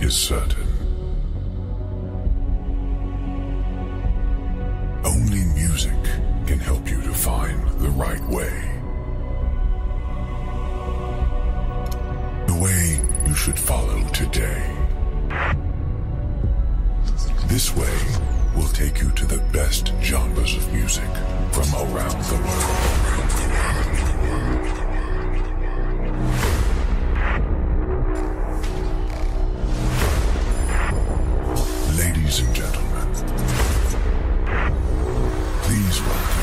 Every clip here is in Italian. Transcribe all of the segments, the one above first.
is certain. Only music can help you to find the right way. The way you should follow today. This way will take you to the best genres of music from around the world. Ladies and gentlemen, please welcome.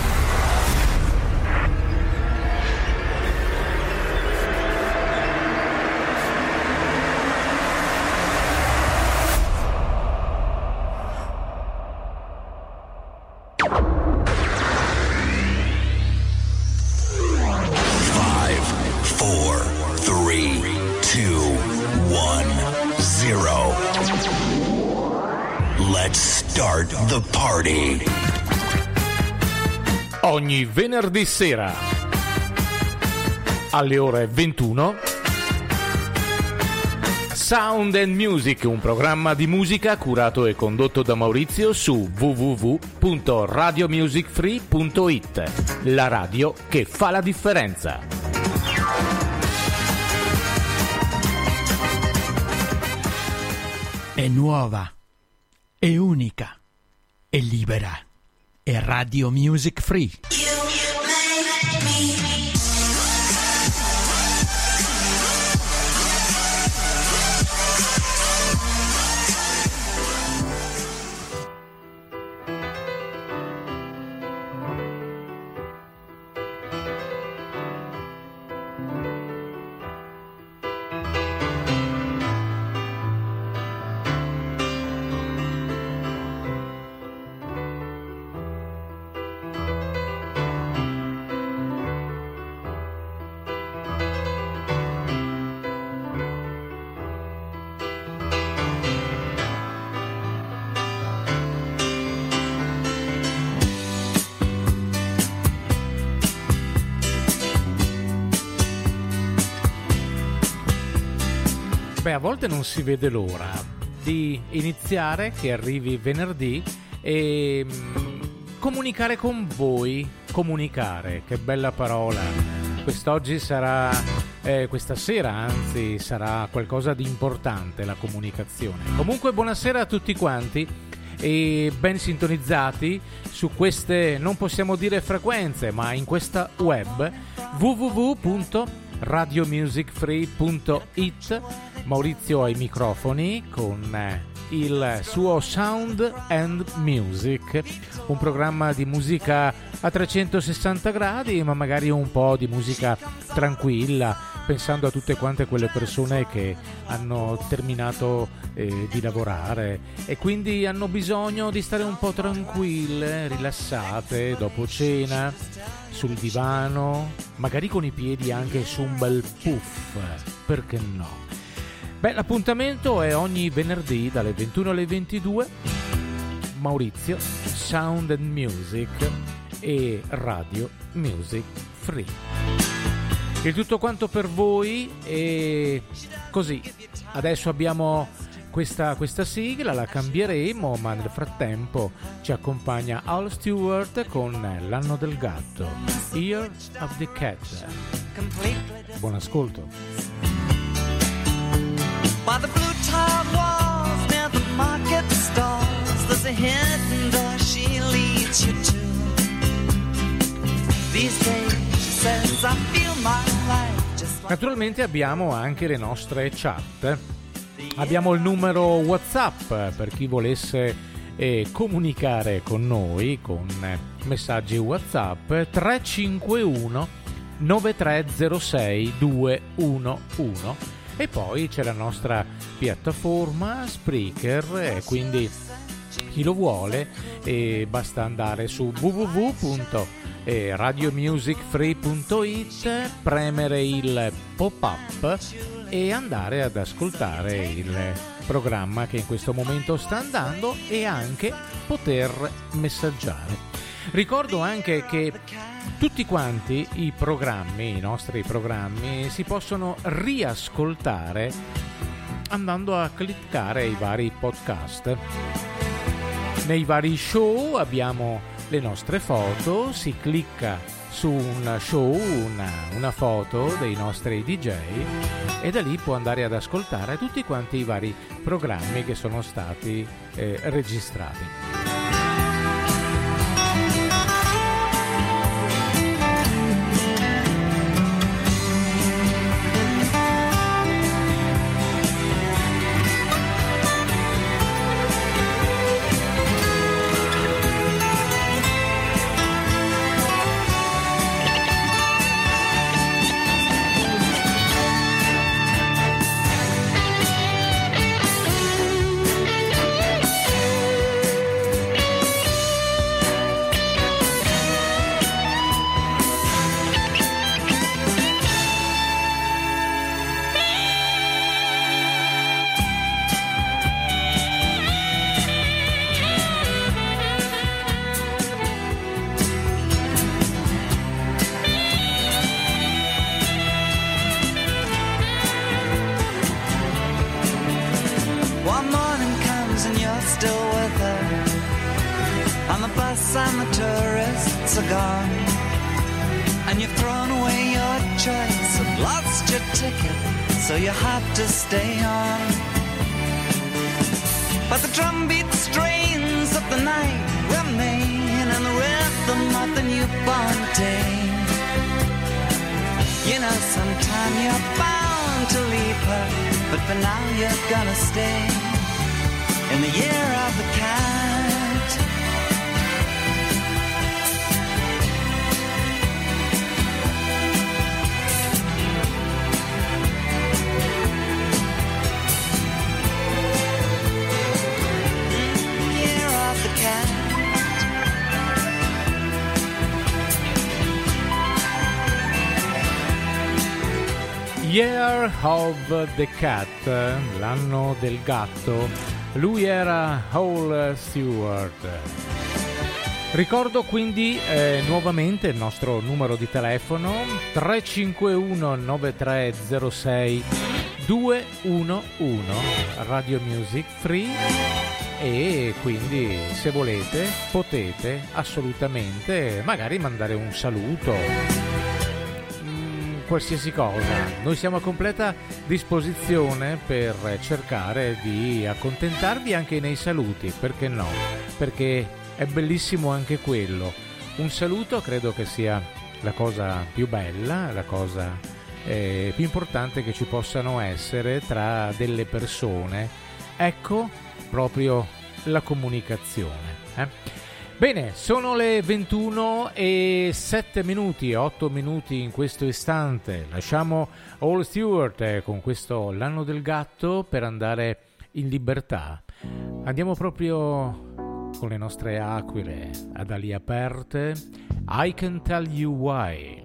Start the party. Ogni venerdì sera alle ore 21 Sound and Music, un programma di musica curato e condotto da Maurizio su www.radiomusicfree.it, la radio che fa la differenza. È nuova, è unica, è libera, è Radio Music Free. Beh, a volte non si vede l'ora di iniziare, che arrivi venerdì, e comunicare con voi. Comunicare, che bella parola. Quest'oggi sarà, questa sera anzi, sarà qualcosa di importante, la comunicazione. Comunque buonasera a tutti quanti e ben sintonizzati su queste, non possiamo dire frequenze, ma in questa web www.radiomusicfree.it. Maurizio ai microfoni con il suo Sound and Music, un programma di musica a 360 gradi, ma magari un po' di musica tranquilla, pensando a tutte quante quelle persone che hanno terminato di lavorare e quindi hanno bisogno di stare un po' tranquille, rilassate dopo cena, sul divano, magari con i piedi anche su un bel puff, perché no? Beh, l'appuntamento è ogni venerdì dalle 21 alle 22. Maurizio, Sound and Music e Radio Music Free. Il tutto quanto per voi e così. Adesso abbiamo questa sigla, la cambieremo, ma nel frattempo ci accompagna Al Stewart con L'anno del gatto, Year of the Cat. Buon ascolto. By the blue tiled walls near the market stalls, there's a hidden door she leads you to. These days, she says, I feel my life just like... Naturalmente abbiamo anche le nostre chat. Abbiamo il numero WhatsApp per chi volesse comunicare con noi con messaggi WhatsApp 351 9306 211. E poi c'è la nostra piattaforma Spreaker, e quindi chi lo vuole basta andare su www.radiomusicfree.it, premere il pop-up e andare ad ascoltare il programma che in questo momento sta andando e anche poter messaggiare. Ricordo anche che tutti quanti i programmi, i nostri programmi, si possono riascoltare andando a cliccare i vari podcast. Nei vari show abbiamo le nostre foto, si clicca su un show, una foto dei nostri DJ e da lì può andare ad ascoltare tutti quanti i vari programmi che sono stati registrati. And the tourists are gone, and you've thrown away your choice and lost your ticket, so you have to stay on. But the drumbeat strains of the night remain, and the rhythm of the newborn day. You know, sometime you're bound to leave her, but for now you're gonna stay in the year of the cat. Year of the Cat, l'anno del gatto. Lui era Hall Stewart. Ricordo quindi nuovamente il nostro numero di telefono 351 9306 211, Radio Music Free, e quindi se volete potete assolutamente magari mandare un saluto, qualsiasi cosa. Noi siamo a completa disposizione per cercare di accontentarvi anche nei saluti, perché no? Perché è bellissimo anche quello. Un saluto credo che sia la cosa più bella, la cosa più importante che ci possano essere tra delle persone. Ecco, proprio la comunicazione. Bene, sono le 21:07, 8 minuti in questo istante. Lasciamo Hall Stewart con questo L'anno del gatto per andare in libertà. Andiamo proprio con le nostre aquile ad ali aperte. I Can Tell You Why.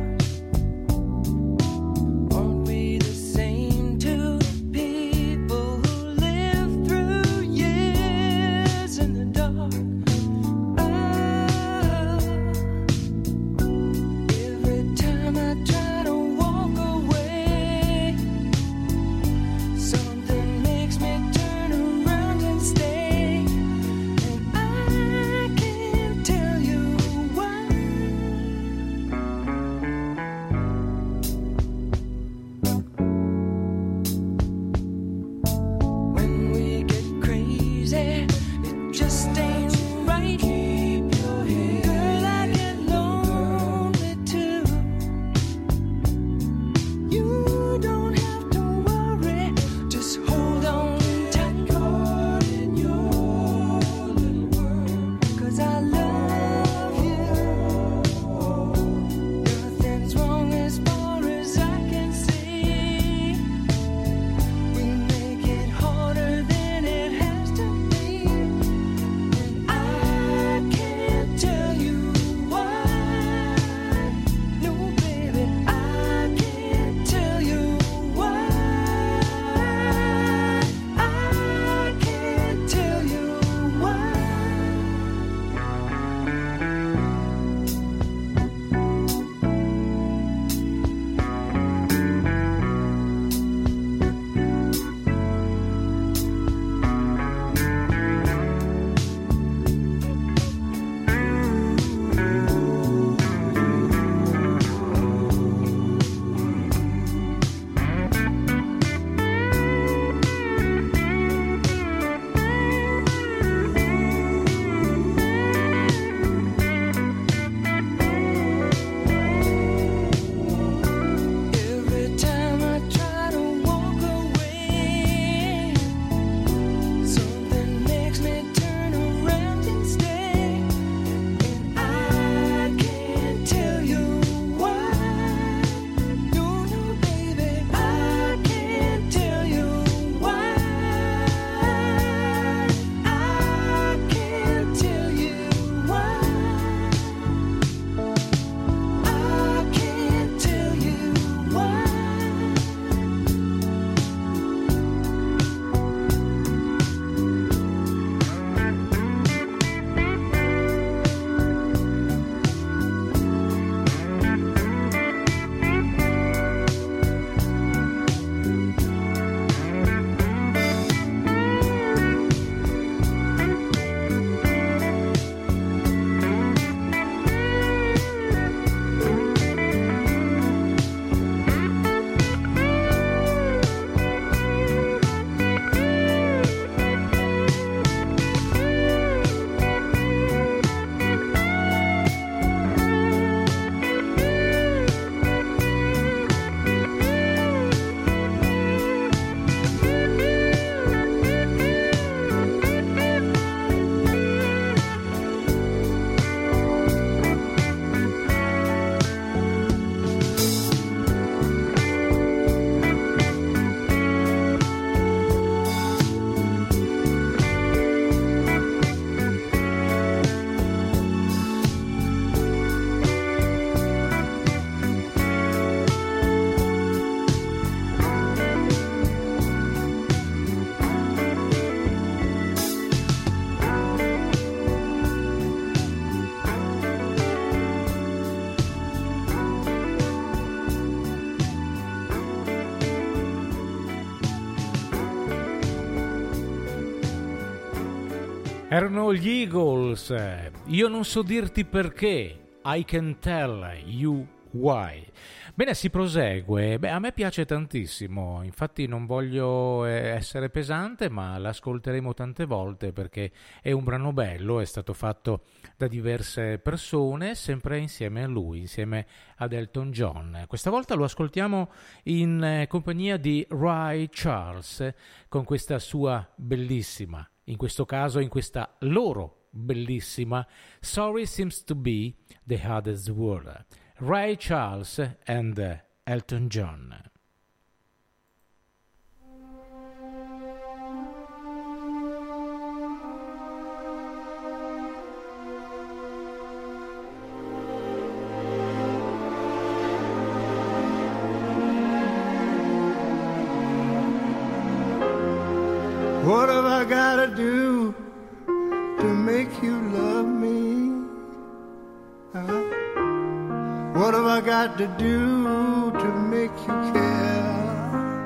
People Erano gli Eagles. Io non so dirti perché. I can tell you why. Bene, si prosegue. A me piace tantissimo, infatti non voglio essere pesante, ma l'ascolteremo tante volte perché è un brano bello, è stato fatto da diverse persone, sempre insieme a lui, insieme ad Elton John. Questa volta lo ascoltiamo in compagnia di Ray Charles, con questa sua bellissima, in questo caso in questa loro bellissima Sorry Seems to Be the Hardest Word. Ray Charles and Elton John. What have I gotta do to make you love me? What have I got to do to make you care?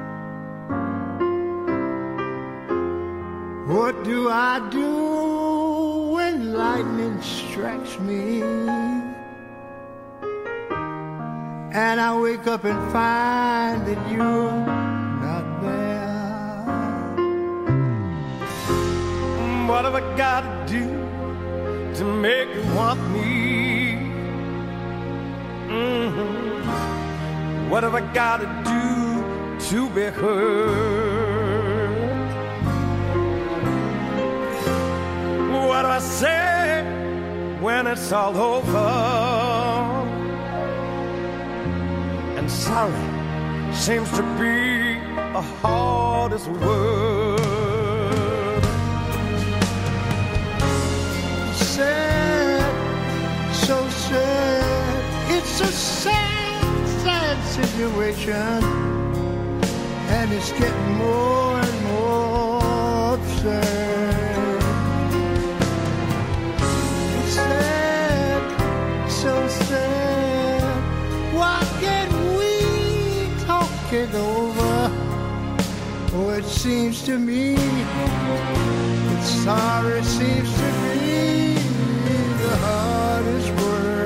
What do I do when lightning strikes me? And I wake up and find that you're not there. What have I got to do to make you want me? What have I got to do to be heard? What do I say when it's all over? And sorry seems to be the hardest word. Sad, so sad, it's a sad, sad situation, and it's getting more and more absurd. It's sad, so sad, why can't we talk it over? Oh, it seems to me that sorry seems to be the hardest word.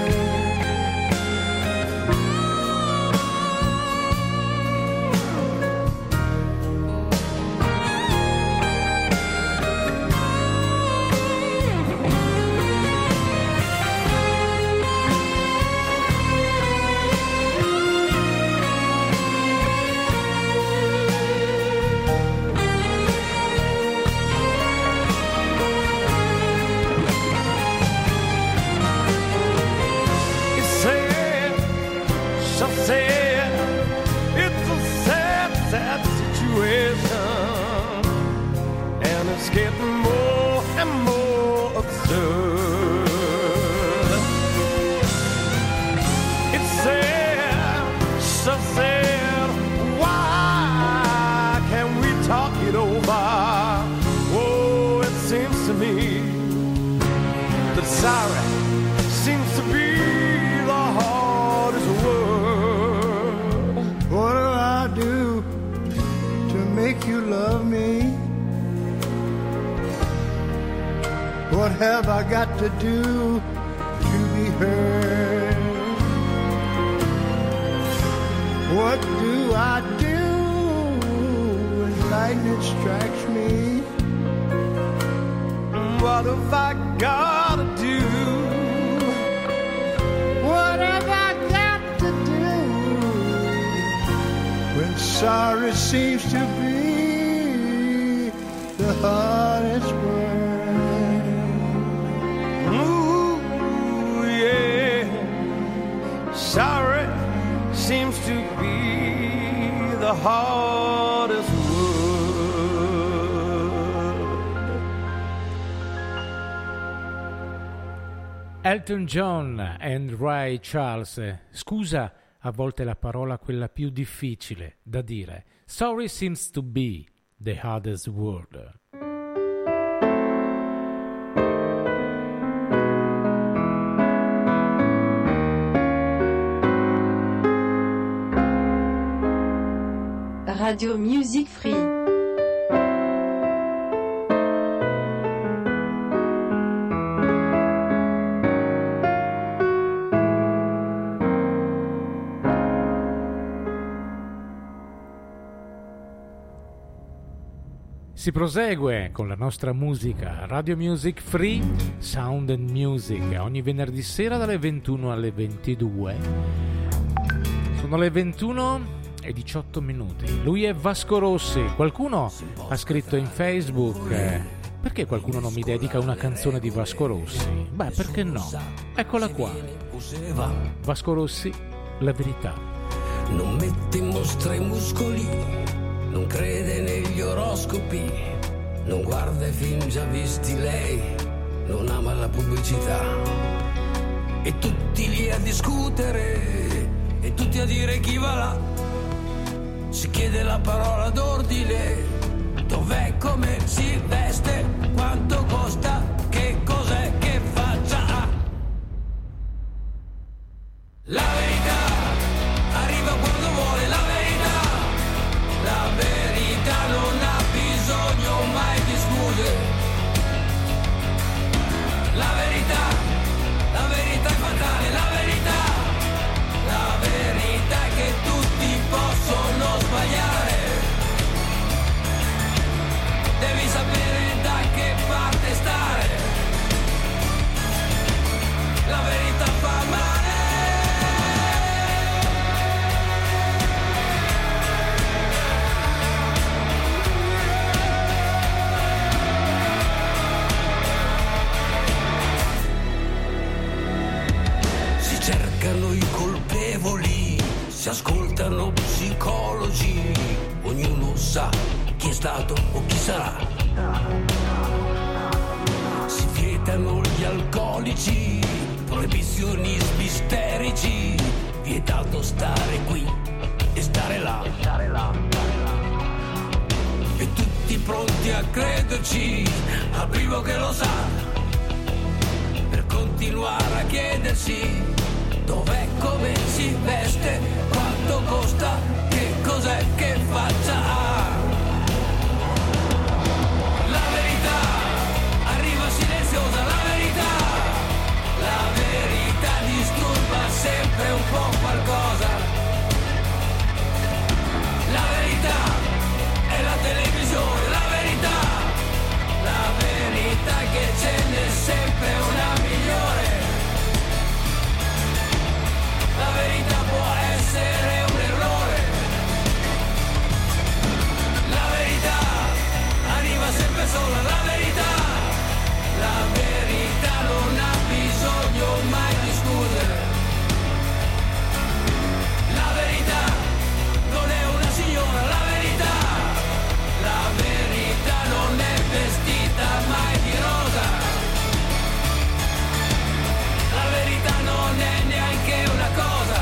Getting more and more absurd. It's sad, so sad. Why can't we talk it over? Oh, it seems to me that sorry seems to be the hardest word. What do I do to make you love me? What have I got to do to be heard? What do I do when lightning strikes me? What have I got to do? What have I got to do when sorry seems to be the hardest word? Sorry seems to be the hardest word. Elton John and Ray Charles. Scusa, a volte la parola quella più difficile da dire. Sorry seems to be the hardest word. Radio Music Free. Si prosegue con la nostra musica, Radio Music Free, Sound and Music, ogni venerdì sera dalle 21 alle 22. Sono le 21:18. Lui è Vasco Rossi. Qualcuno ha scritto in Facebook: perché qualcuno non mi dedica una canzone di Vasco Rossi? Beh, perché no? Eccola qua. Vasco Rossi, La verità. Non mette in mostra i muscoli, non crede negli oroscopi, non guarda i film già visti lei, non ama la pubblicità. E tutti lì a discutere, e tutti a dire chi va là. Si chiede la parola d'ordine, dov'è, come si veste, quanto costa, che cos'è che faccia. La verità arriva quando vuole, la verità. La verità non ha bisogno mai di scuse. La verità è fatale, la verità è che tutti possono sbagliare. Devi sapere da che parte stare. La verità fa male. Cercano i colpevoli, si ascoltano psicologi, ognuno sa chi è stato o chi sarà. Si vietano gli alcolici, proibizionismi isterici, vietato stare qui e stare là. E tutti pronti a crederci, al primo che lo sa, per continuare a chiedersi dov'è, come si veste, quanto costa, che cos'è che faccia. La verità arriva silenziosa, la verità disturba sempre un po' qualcosa. La verità è la televisione, la verità che ce n'è sempre una migliore. La verità può essere un errore. La verità arriva sempre sola. La verità non ha bisogno mai di scuse. La verità non è una signora. La verità non è vestita mai di rosa. La verità non è neanche una cosa.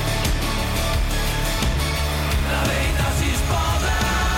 La verità si sposa.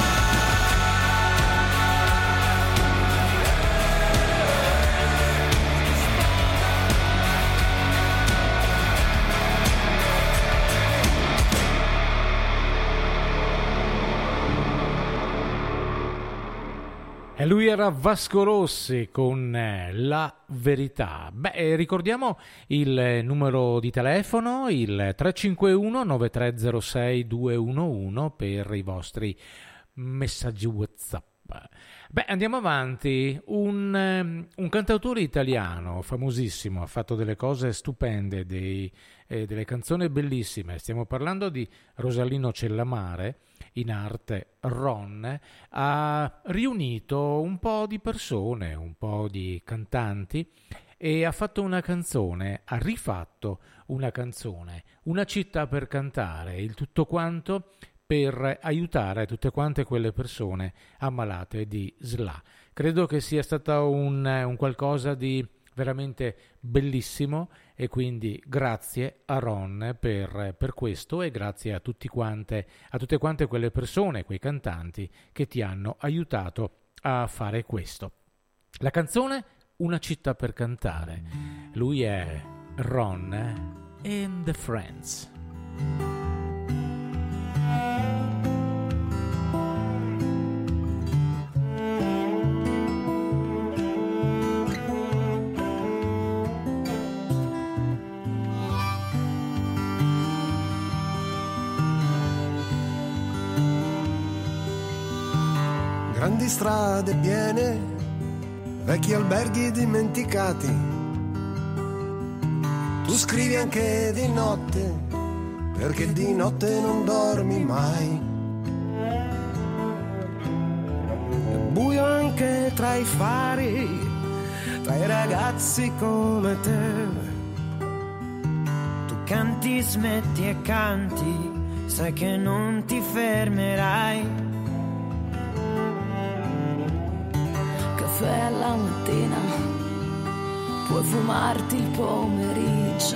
E lui era Vasco Rossi con La verità. Beh, ricordiamo il numero di telefono, il 351 9306 211 per i vostri messaggi WhatsApp. Beh, andiamo avanti. Un cantautore italiano famosissimo, ha fatto delle cose stupende, delle canzoni bellissime. Stiamo parlando di Rosalino Cellamare, in arte Ron. Ha riunito un po' di persone, un po' di cantanti, e ha fatto una canzone, ha rifatto una canzone, Una città per cantare, il tutto quanto per aiutare tutte quante quelle persone ammalate di SLA. Credo che sia stato un qualcosa di veramente bellissimo, e quindi grazie a Ron per questo, e grazie a tutte quante quelle persone, quei cantanti che ti hanno aiutato a fare questo. La canzone Una città per cantare. Lui è Ron and the Friends. Grandi strade piene, vecchi alberghi dimenticati. Tu scrivi anche di notte, perché di notte non dormi mai. È buio anche tra i fari, tra i ragazzi come te. Tu canti, smetti e canti, sai che non ti fermerai. Caffè alla mattina, puoi fumarti il pomeriggio.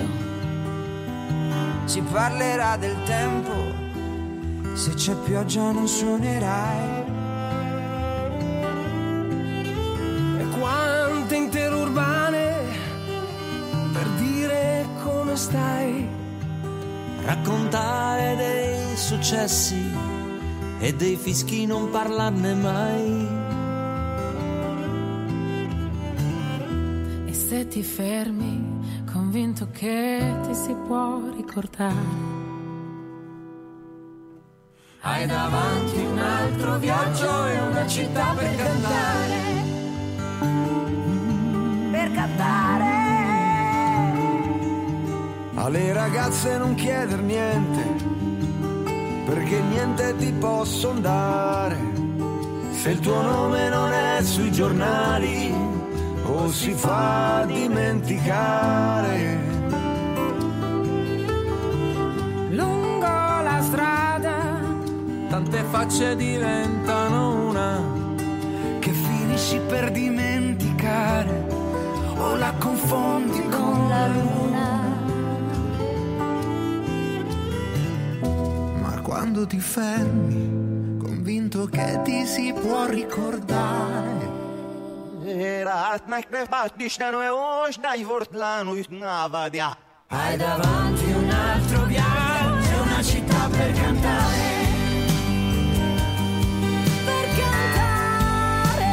Si parlerà del tempo, se c'è pioggia non suonerai. E quante interurbane per dire come stai. Raccontare dei successi e dei fischi, non parlarne mai. E se ti fermi, convinto che ti si può ricordare. Hai davanti un altro viaggio e una città per cantare. Per cantare. Alle ragazze non chieder niente, perché niente ti posson dare. Se il tuo nome non è sui giornali o si fa dimenticare. Lungo la strada tante facce diventano una, Che finisci per dimenticare o la confondi con la luna. Ma quando ti fermi, convinto che ti si può ricordare. hai davanti un altro viaggio e una città per cantare. Per cantare.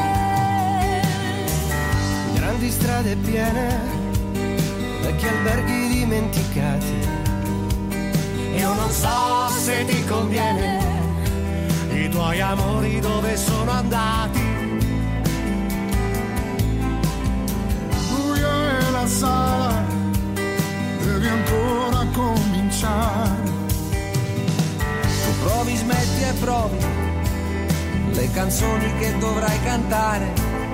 Grandi strade piene, vecchi alberghi dimenticati. Io non so se ti conviene, i tuoi amori dove sono andati. Buio è la sala, devi ancora cominciare. Tu provi, smetti e provi le canzoni che dovrai cantare,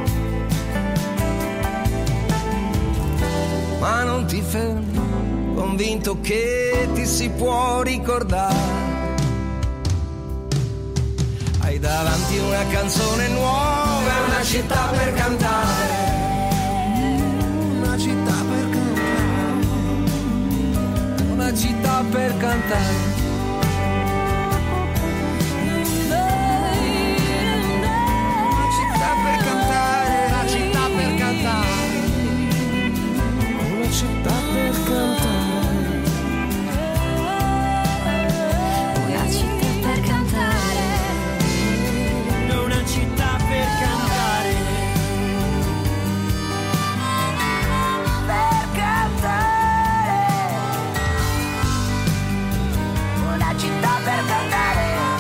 ma non ti fermi, convinto che ti si può ricordare. Hai davanti una canzone nuova e una città per cantare. Una città per cantare. Una città per cantare. Una città per cantare. Una città per cantare. Una città per cantare. Una città per cantare. Una città per cantare. Per cantare. Una città per cantare.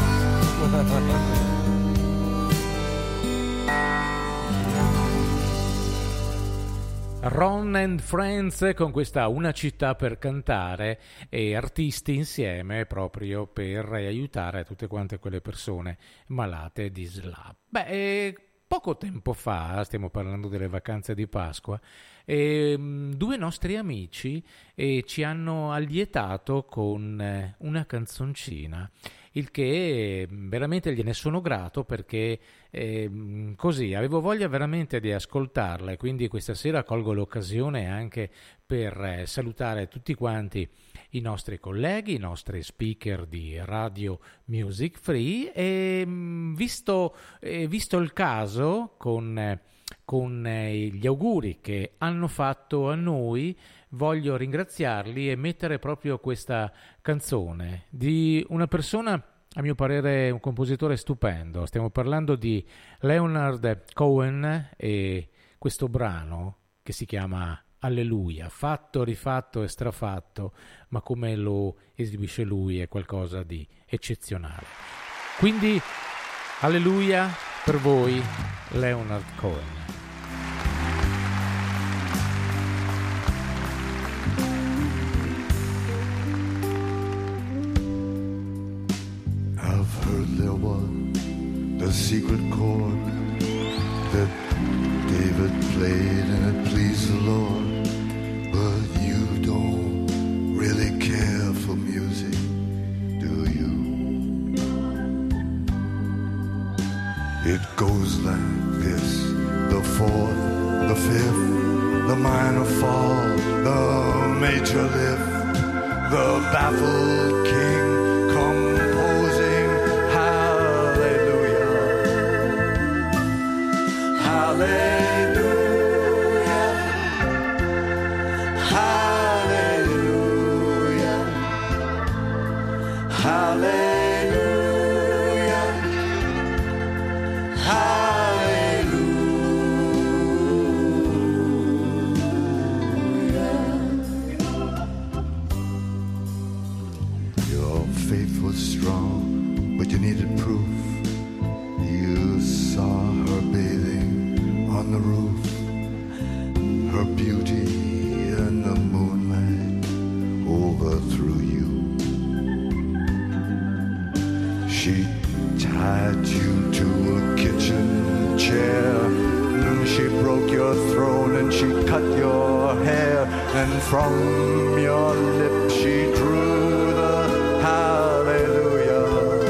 Ron and Friends con questa Una città per cantare, e artisti insieme proprio per aiutare tutte quante quelle persone malate di SLA. Poco tempo fa, stiamo parlando delle vacanze di Pasqua, due nostri amici ci hanno allietato con una canzoncina, il che veramente gliene sono grato, perché così avevo voglia veramente di ascoltarla, e quindi questa sera colgo l'occasione anche per salutare tutti quanti i nostri colleghi, i nostri speaker di Radio Music Free, e visto il caso con gli auguri che hanno fatto a noi, voglio ringraziarli e mettere proprio questa canzone di una persona, a mio parere un compositore stupendo. Stiamo parlando di Leonard Cohen e questo brano che si chiama Alleluia, fatto, rifatto e strafatto, ma come lo esibisce lui è qualcosa di eccezionale. Quindi Alleluia Per voi Leonard Cohen. I've heard there was the secret chord that David played and it pleased the Lord. But you don't really care for music, do you? It goes like this: the fourth, the fifth, the minor fall, the major lift, the baffled king composing hallelujah, hallelujah, hallelujah, hallelujah. Strong, but you needed proof. You saw her bathing on the roof, her beauty in the moonlight overthrew you. She tied you to a kitchen chair, and she broke your throne and she cut your hair, and from your lips she drew the hallelujah,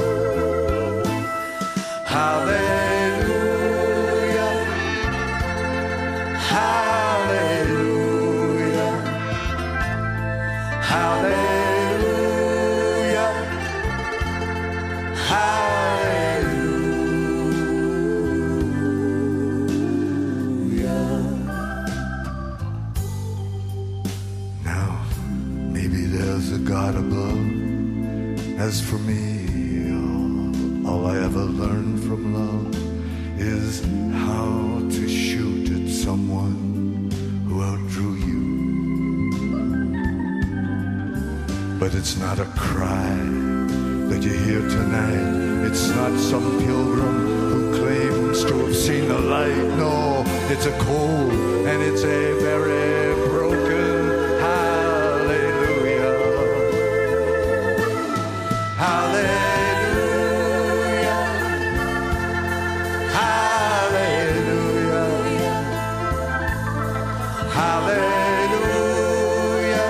hallelujah, hallelujah, hallelujah, hallelujah. Now, maybe there's a God above. As for me, all I ever learned from love is how to shoot at someone who outdrew you. But it's not a cry that you hear tonight. It's not some pilgrim who claims to have seen the light. No, it's a cold and it's a very broken hallelujah. Hallelujah, hallelujah, hallelujah,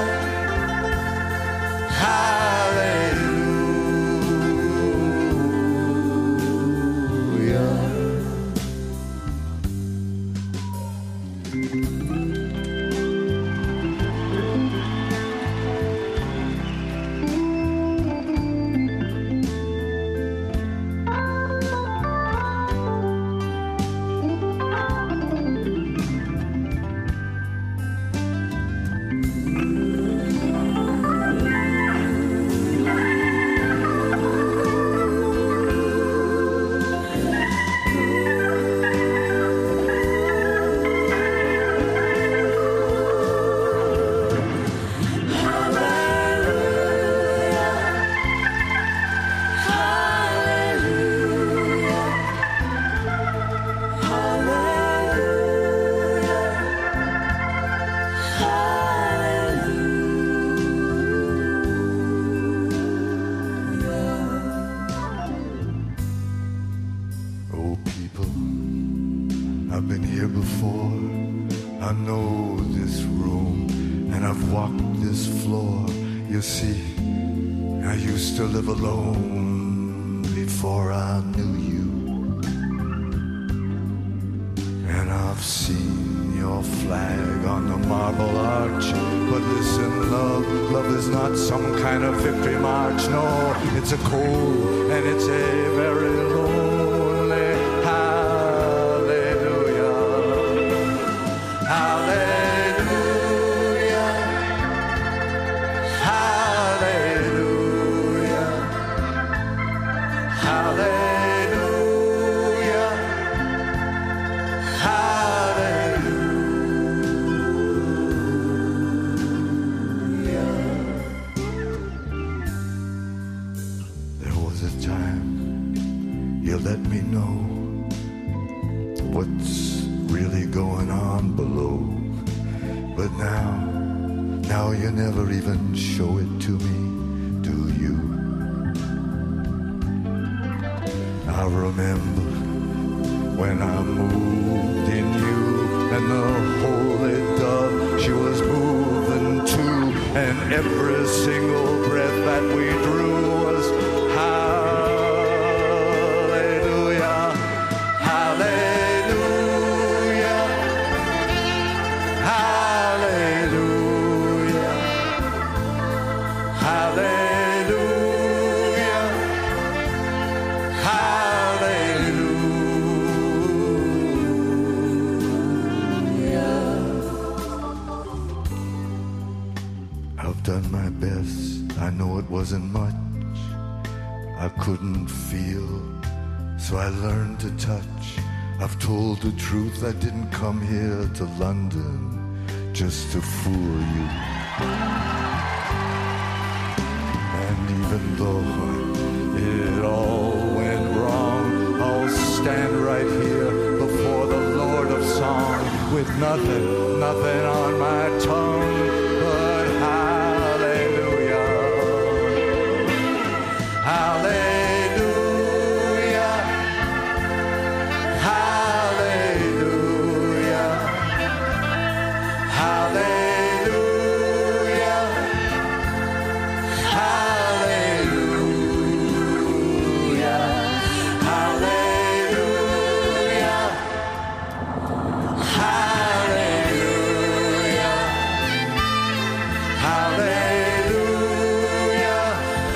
I've been here before. I know this room and I've walked this floor. You see, I used to live alone before I knew you. And I've seen your flag on the marble arch. But listen, love is not some kind of victory march. No, it's a cold and it's a very lonely hallelujah. Hallelujah. Hallelujah. Hallelujah. Hallelujah. There was a time you let me know what's really going on below. But now you never even show it to me, do you? I remember when I moved in you, and the holy dove, she was moving too, and every single breath that we drew was hallelujah, hallelujah, hallelujah, hallelujah, hallelujah. I've done my best, I know it wasn't much. I couldn't feel, so I learned to touch. I've told the truth, I didn't come here to London just to fool you. And even though it all went wrong, I'll stand right here before the Lord of Song with nothing on my tongue but hallelujah, hallelujah, hallelujah, hallelujah, hallelujah, hallelujah, hallelujah, hallelujah,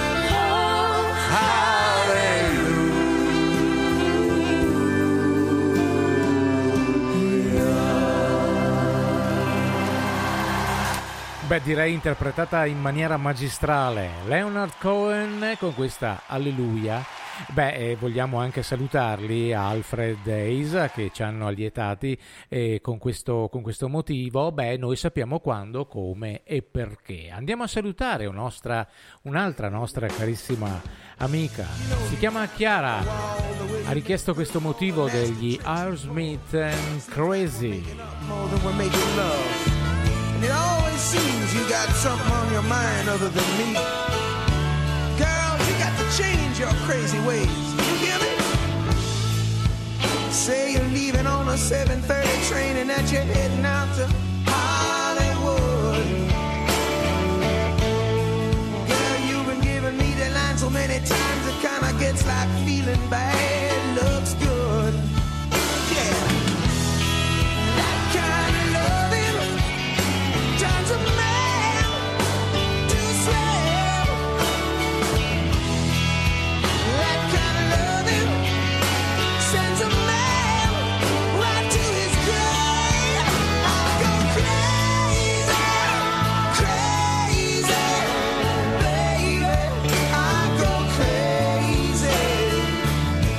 Beh, direi interpretata in maniera magistrale. Leonard Cohen con questa Alleluia. Beh, vogliamo anche salutarli, Alfred e Isa, che ci hanno allietati con questo motivo. Beh, noi sappiamo quando, come e perché. Andiamo a salutare un'altra nostra carissima amica. Si chiama Chiara. Ha richiesto questo motivo degli Aerosmith and Crazy. More than we're making love. And it always seems you got something on your mind other than me. Girl, you got to change your crazy ways. You hear me? Say you're leaving on a 7:30 train and that you're heading out to Hollywood. Girl, you've been giving me the line so many times it kinda gets like feeling bad looks good. Yeah. That kind of loving turns a man to a slave. That kind of loving sends a man right to his grave. I go crazy, crazy, baby. I go crazy.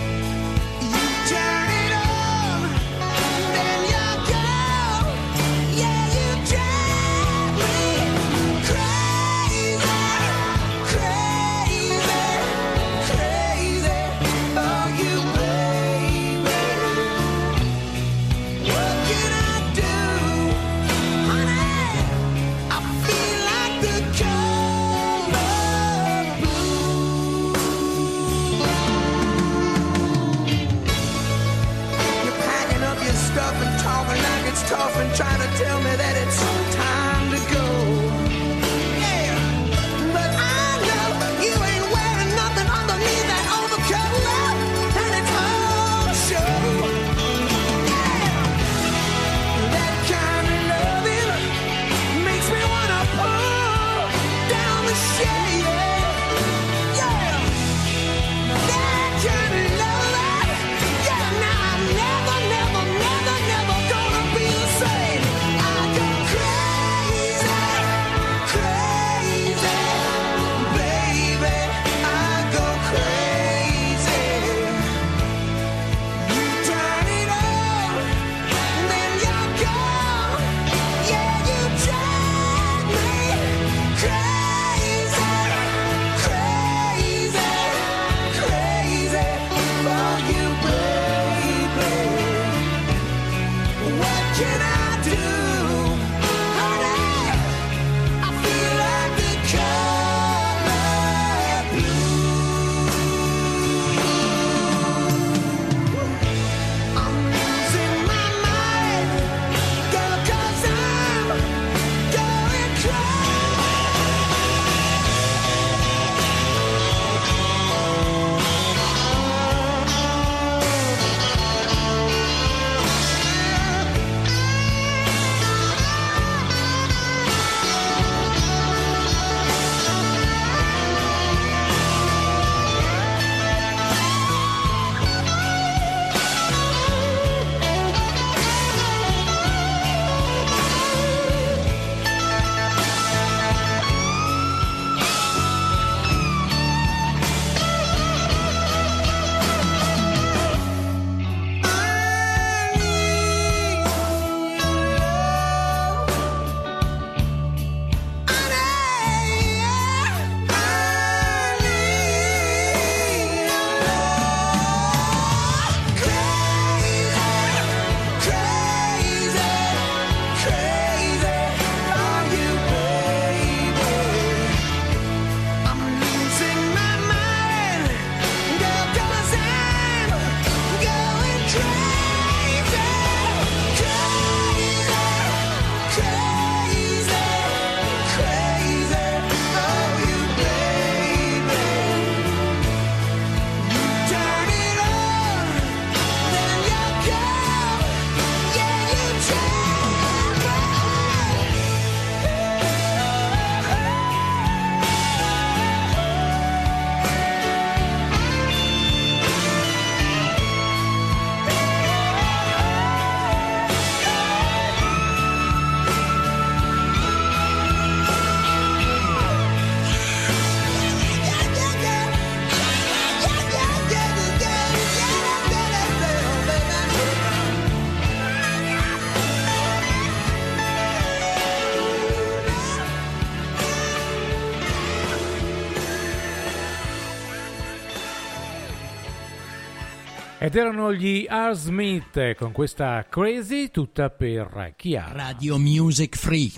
Ed erano gli Aerosmith con questa Crazy, tutta per Chiara. Radio Music Free.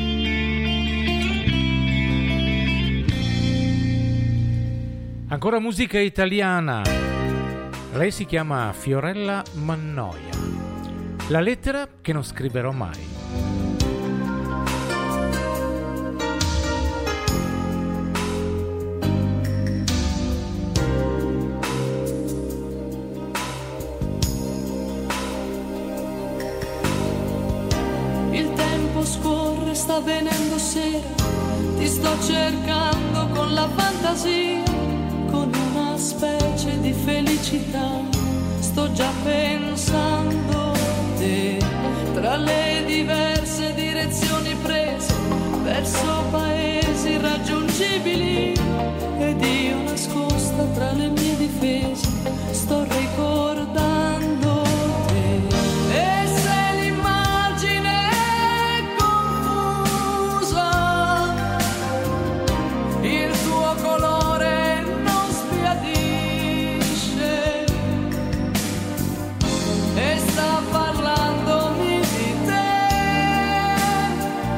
Ancora musica italiana. Lei si chiama Fiorella Mannoia. La lettera che non scriverò mai. Scorre, sta venendo sera, ti sto cercando con la fantasia, con una specie di felicità, sto già pensando a te, tra le diverse direzioni prese, verso paesi irraggiungibili, ed io nascosta tra le mie difese, sto ricordando te, e se l'immagine il tuo colore non sbiadisce e sta parlandomi di te,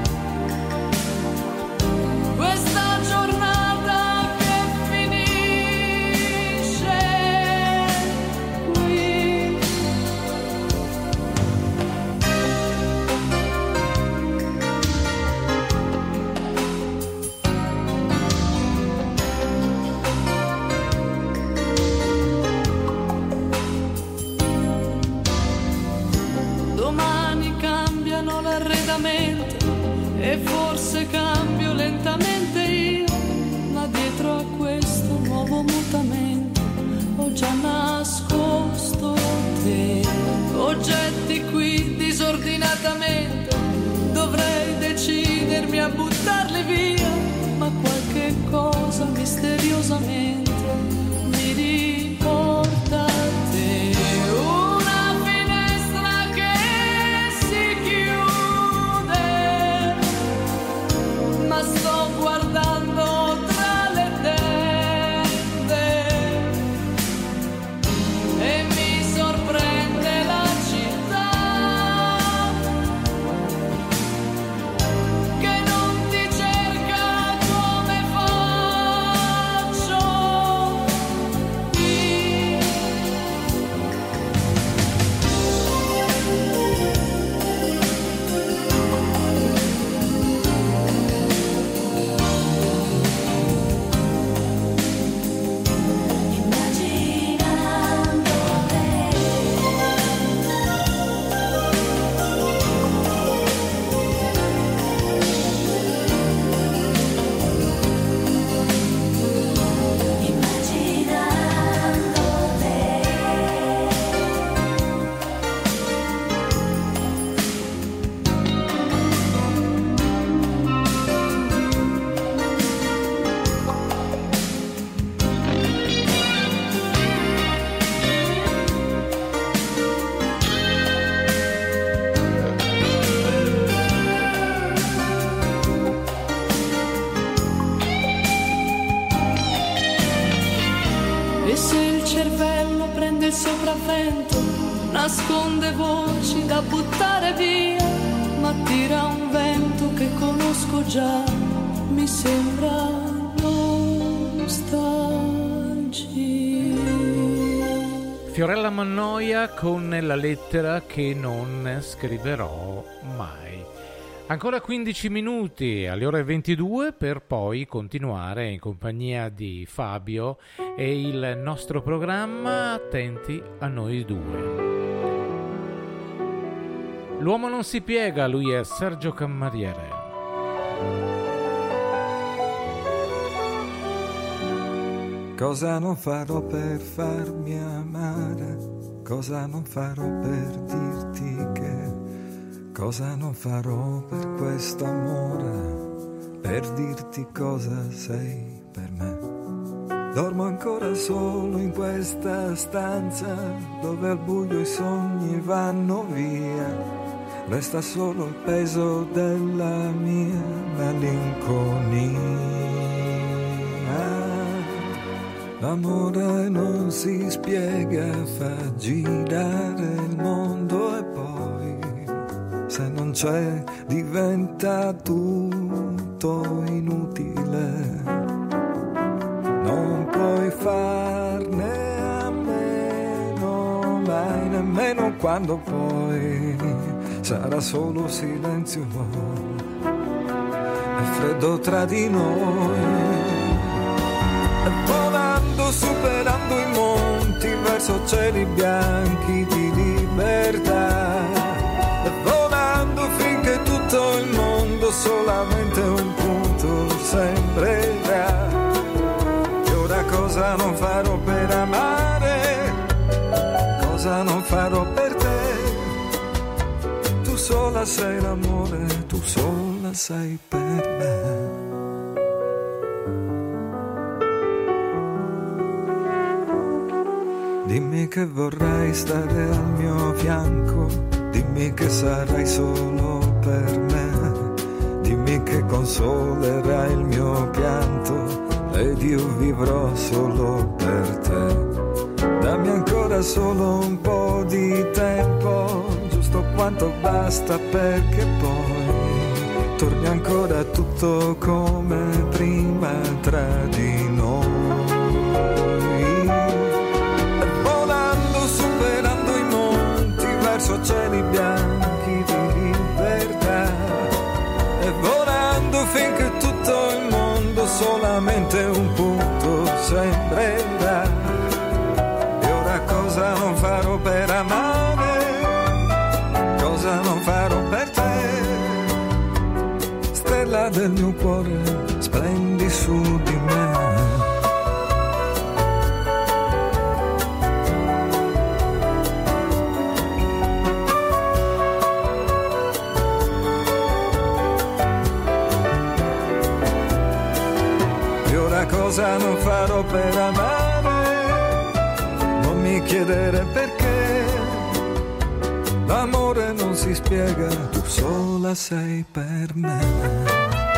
questa giornata che finisce qui. Domani cambiano l'arredamento e forse cambio lentamente io, ma dietro a questo nuovo mutamento ho già nascosto te. Oggetti qui disordinatamente, dovrei decidermi a buttarli via, ma qualche cosa misteriosamente mi riporta a te. Una finestra che si chiude, ma sto guardando tra le tende e mi sorprende la città che non ti cerca come faccio io. E se il cervello prende il sopravvento, nasconde voci da buttare via, ma tira un vento che conosco già, mi sembra nostalgia. Fiorella Mannoia con la lettera che non scriverò mai. Ancora 15 minuti alle ore 22 per poi continuare in compagnia di Fabio e il nostro programma Attenti a noi due. L'uomo non si piega, lui è Sergio Cammariere. Cosa non farò per farmi amare, cosa non farò per dirti che, cosa non farò per questo amore, per dirti cosa sei per me. Dormo ancora solo in questa stanza dove al buio i sogni vanno via, resta solo il peso della mia malinconia. L'amore non si spiega, fa girare il mondo e poi se non c'è diventa tutto inutile. Non puoi farne a meno, mai nemmeno quando poi sarà solo silenzio e freddo tra di noi. E volando, superando i monti verso cieli bianchi di libertà. E volando finché tutto il mondo solamente un punto sembrerà. E ora cosa non farò per amare? Cosa non farò per te? Tu sola sei l'amore, tu sola sei per me. Dimmi che vorrai stare al mio fianco, dimmi che sarai solo per me, dimmi che consolerai il mio pianto ed io vivrò solo per te. Dammi ancora solo un po' di tempo, giusto quanto basta perché poi torni ancora tutto come prima tra di noi. Verso cieli bianchi di libertà e volando finché tutto il mondo solamente un punto sembrerà. E ora cosa non farò per amare? Cosa non farò per te? Stella del mio cuore, splendi su di me. Cosa non farò per amare? Non mi chiedere perché. L'amore non si spiega, tu sola sei per me.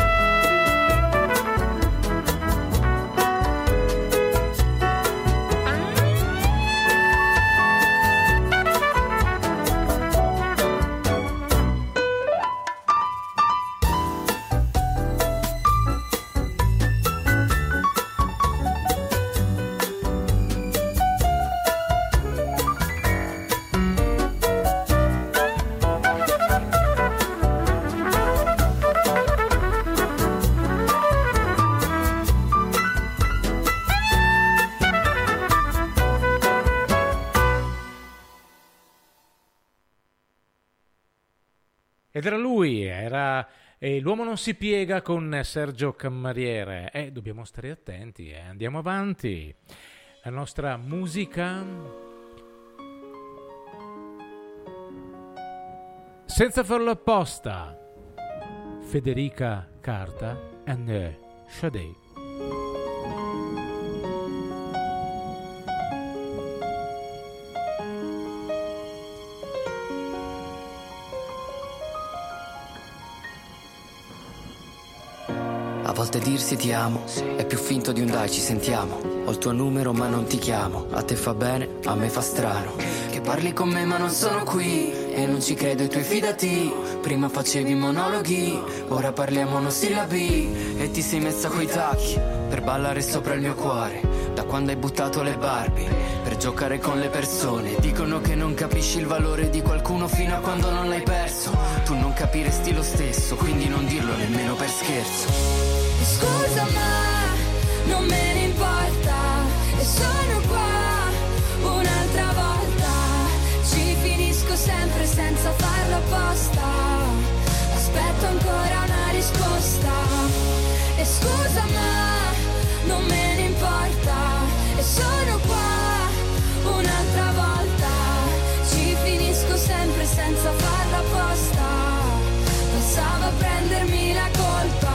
Ed era lui, era L'uomo non si piega con Sergio Cammariere. Dobbiamo stare attenti, andiamo avanti. La nostra musica senza farlo apposta. Federica Carta and Sade. A volte dirsi ti amo è più finto di un dai ci sentiamo. Ho il tuo numero ma non ti chiamo. A te fa bene, a me fa strano che parli con me ma non sono qui. E non ci credo ai tuoi fidati. Prima facevi monologhi, ora parliamo monosillabi. E ti sei messa coi tacchi per ballare sopra il mio cuore. Da quando hai buttato le Barbie per giocare con le persone. Dicono che non capisci il valore di qualcuno fino a quando non l'hai perso. Tu non capiresti lo stesso, quindi non dirlo nemmeno per scherzo. Scusa ma non me ne importa e sono qua un'altra volta. Ci finisco sempre senza farlo apposta. Aspetto ancora una risposta. E scusa ma non me ne importa e sono qua un'altra volta. Ci finisco sempre senza farlo apposta. Pensavo a prendermi la colpa.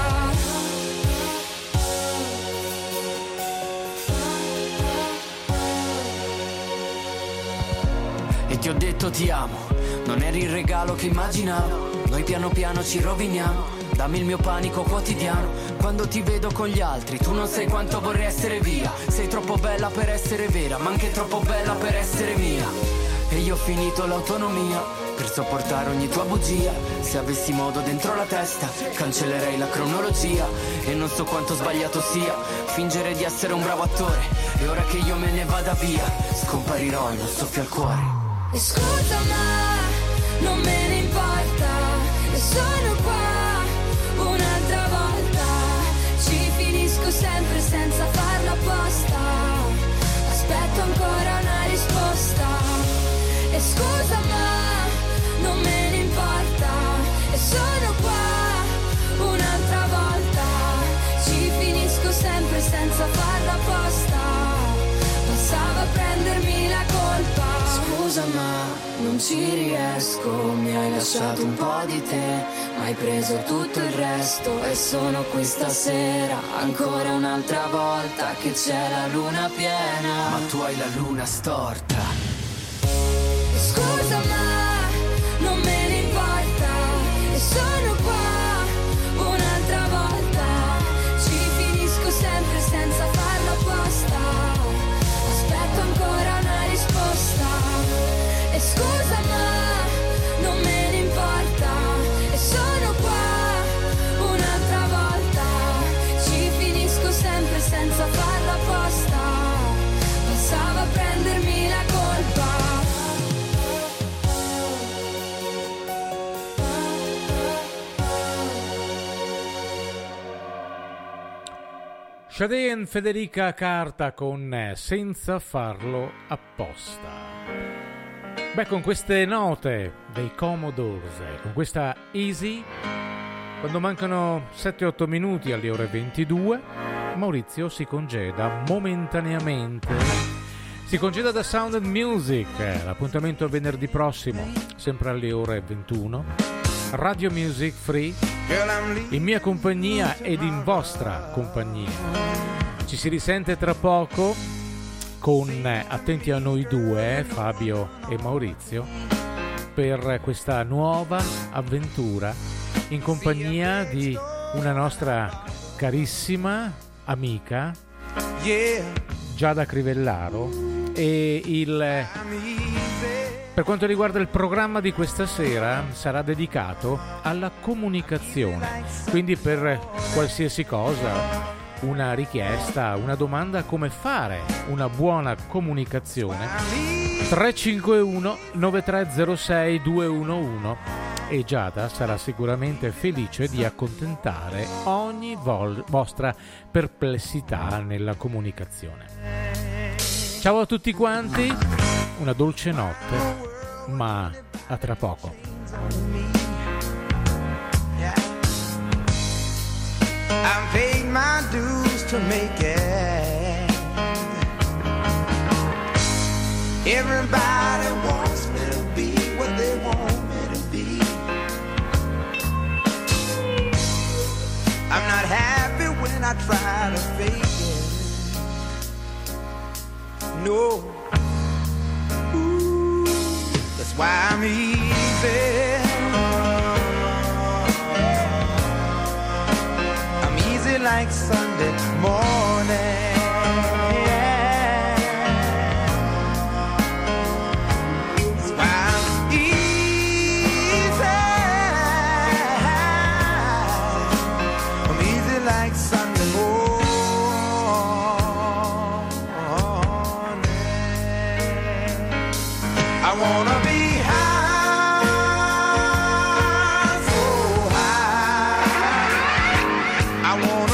E ti ho detto ti amo, non eri il regalo che immaginavo. Noi piano piano ci roviniamo, dammi il mio panico quotidiano. Quando ti vedo con gli altri, tu non sai quanto vorrei essere via. Sei troppo bella per essere vera, ma anche troppo bella per essere mia. E io ho finito l'autonomia per sopportare ogni tua bugia. Se avessi modo dentro la testa, cancellerei la cronologia. E non so quanto sbagliato sia fingere di essere un bravo attore. E ora che io me ne vada via, scomparirò in un soffio al cuore. E scusa ma non me ne importa, e sono qua un'altra volta. Ci finisco sempre senza farlo apposta. Aspetto ancora una risposta. E scusa ma non me ne importa, e sono qua un'altra volta. Ci finisco sempre senza farlo apposta. Bastava prendermi la colpa. Scusa ma non ci riesco, mi hai lasciato un po' di te, ma hai preso tutto il resto. E sono qui stasera ancora un'altra volta che c'è la luna piena, ma tu hai la luna storta. Scusa ma non me ne importa, e sono qua un'altra volta. Ci finisco sempre senza farlo apposta. Aspetto ancora una risposta. E scusa ma non me ne importa, e sono qua un'altra volta. Ci finisco sempre senza farlo apposta. Bastava prendermi la colpa. Sade e Federica Carta con Senza farlo apposta. Beh, con queste note dei Commodores, con questa Easy, quando mancano 7-8 minuti alle ore 22, Maurizio si congeda momentaneamente. Si congeda da Sound and Music. L'appuntamento è venerdì prossimo, sempre alle ore 21. Radio Music Free, in mia compagnia ed in vostra compagnia. Ci si risente tra poco con Attenti a noi due, Fabio e Maurizio, per questa nuova avventura in compagnia di una nostra carissima amica Giada Crivellaro. E per quanto riguarda il programma di questa sera, sarà dedicato alla comunicazione, quindi per qualsiasi cosa, una richiesta, una domanda, come fare una buona comunicazione, 351 9306 211, e Giada sarà sicuramente felice di accontentare ogni vostra perplessità nella comunicazione. Ciao a tutti quanti, una dolce notte, ma a tra poco. I've paid my dues to make it. Everybody wants me to be what they want me to be. I'm not happy when I try to fake it. No. Ooh, that's why I'm easy. Like Sunday morning. That's why I'm easy. I'm easy like Sunday morning. I wanna be high, so high. I wanna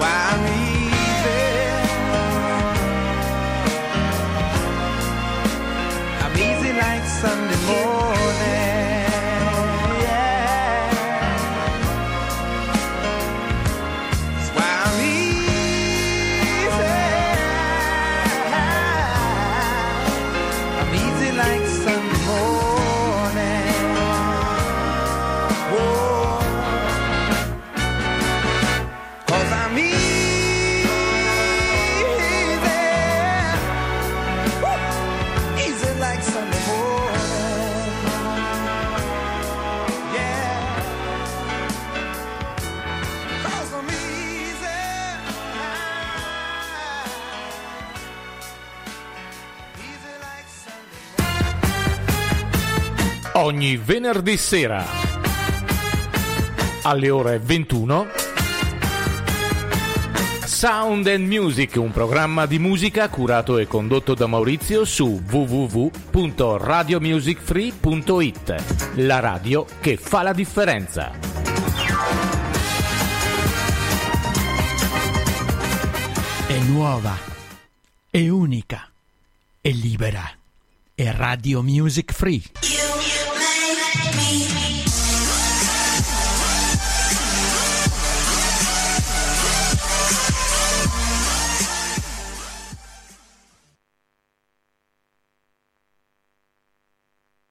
why I'm easy like Sunday morning. Yeah, that's why I'm easy like Sunday morning. Whoa, 'cause I'm easy like Sunday morning. Yeah, 'cause I'm easy like Sunday morning. Ogni venerdì sera alle ore 21 Sound and Music, un programma di musica curato e condotto da Maurizio su www.radiomusicfree.it, la radio che fa la differenza. È nuova, è unica, è libera, è Radio Music Free. You make me